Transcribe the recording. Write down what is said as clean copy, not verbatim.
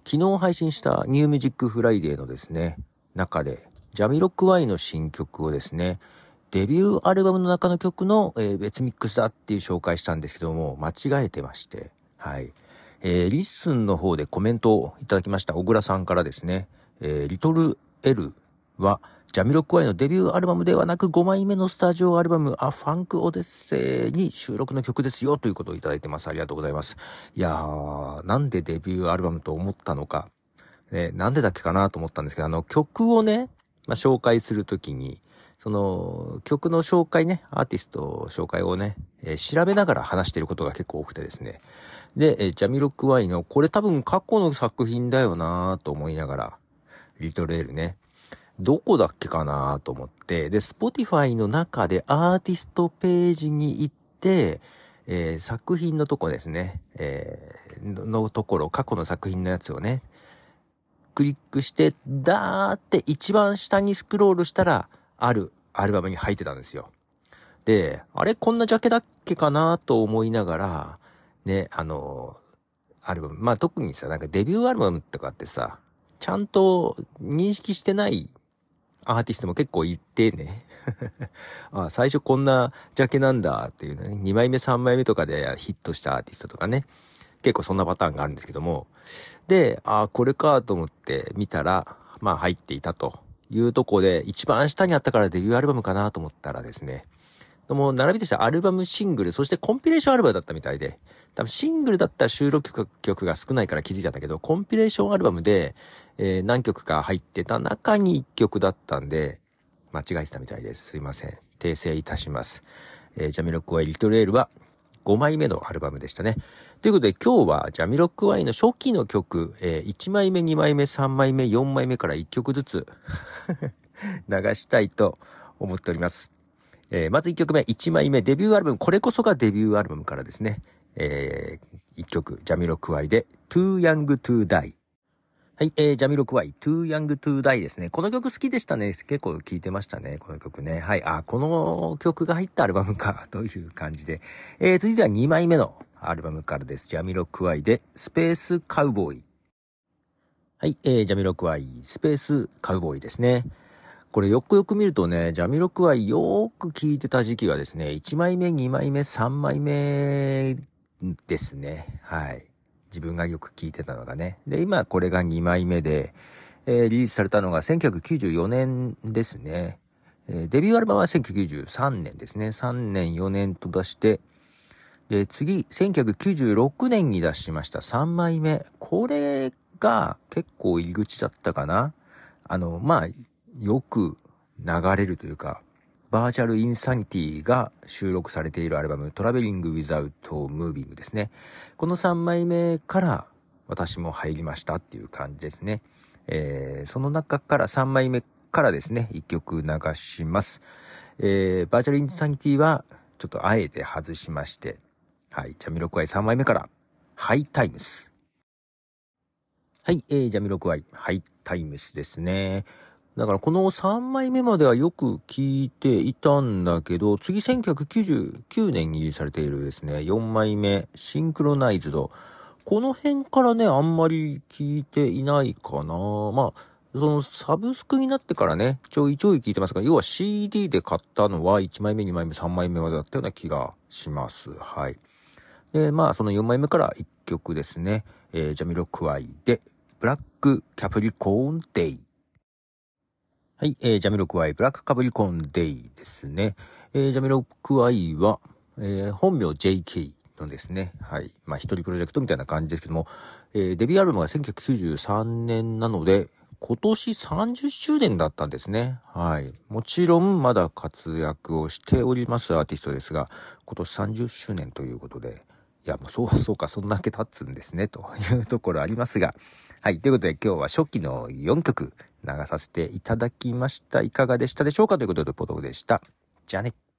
昨日配信したニューミュージックフライデーのですね、中で、ジャミロクワイの新曲をですね、デビューアルバムの中の曲の、別ミックスだっていう紹介したんですけども、間違えてまして、はい。リッスンの方でコメントをいただきました小倉さんからですね、リトル L は、ジャミロクワイのデビューアルバムではなく5枚目のスタジオアルバム、アファンクオデッセイに収録の曲ですよということをいただいてます。ありがとうございます。いやー、なんでデビューアルバムと思ったのか、なんでだっけかなと思ったんですけど、曲をね、紹介するときに、その曲の紹介ね、アーティスト紹介をね、調べながら話していることが結構多くてですね。で、ジャミロクワイの、これ多分過去の作品だよなと思いながら、リトルエルね、どこだっけかなと思って、で、Spotify の中でアーティストページに行って、作品のとこですね、のところ、過去の作品のやつをね、クリックして、ダーって一番下にスクロールしたら、あるアルバムに入ってたんですよ。で、あれこんなジャケだっけかなと思いながら、ね、アルバム、特にさ、なんかデビューアルバムとかってさ、ちゃんと認識してないアーティストも結構いてね。最初こんなジャケなんだっていうね、2枚目3枚目とかでヒットしたアーティストとかね、結構そんなパターンがあるんですけども、で、これかと思って見たら、入っていたというとこで、一番下にあったからデビューアルバムかなと思ったらですね、もう並びとしてアルバムシングル、そしてコンピレーションアルバムだったみたいで、多分シングルだったら収録曲が少ないから気づいたんだけど、コンピレーションアルバムで、何曲か入ってた中に1曲だったんで、間違えてたみたいです。すいません。訂正いたします。ジャミロクワイリトルエールは5枚目のアルバムでしたね。ということで今日はジャミロクワイの初期の曲、1枚目、2枚目、3枚目、4枚目から1曲ずつ流したいと思っております。まず1曲目、1枚目、デビューアルバム、これこそがデビューアルバムからですね。1曲、ジャミロクワイで Too Young to Die。はい、ジャミロクワイ Too Young to Die ですね。この曲好きでしたね。結構聴いてましたね。この曲ね。はい、この曲が入ったアルバムかという感じで。続いては2枚目のアルバムからです。ジャミロクワイでスペースカウボーイ。はい、ジャミロクワイスペースカウボーイですね。これよくよく見るとね、ジャミロクワイよーく聴いてた時期はですね、1枚目、2枚目、3枚目ですね。はい。自分がよく聴いてたのがね。で、今これが2枚目で、リリースされたのが1994年ですね。デビューアルバムは1993年ですね。3年、4年と出して、で、次、1996年に出しました3枚目。これが結構入り口だったかな。よく流れるというか、バーチャルインサニティが収録されているアルバム、トラベリングウィザウトムービングですね。この3枚目から私も入りましたっていう感じですね。その中から3枚目からですね、1曲流します。バーチャルインサニティはちょっとあえて外しまして、はい、ジャミロクワイ3枚目から、ハイタイムス。はい、ジャミロクワイ、ハイタイムスですね。だからこの3枚目まではよく聞いていたんだけど、次1999年にリリースされているですね、4枚目、シンクロナイズド。この辺からね、あんまり聞いていないかな。そのサブスクになってからね、ちょいちょい聞いてますが、要は CD で買ったのは1枚目、2枚目、3枚目までだったような気がします。はい。で、その4枚目から1曲ですね、ジャミロクワイで、ブラックキャプリコーンデイ。はい、ジャミロクワイ、ブラックカブリコンデイですね。ジャミロクワイは、本名 JK のですね、はい、一人プロジェクトみたいな感じですけども、デビューアルバムが1993年なので、今年30周年だったんですね。はい。もちろんまだ活躍をしておりますアーティストですが、今年30周年ということで、いや、もうそうか、そんだけ経つんですね、というところありますが。はい。ということで今日は初期の4曲流させていただきました。いかがでしたでしょうかということで、ポトフでした。じゃあね。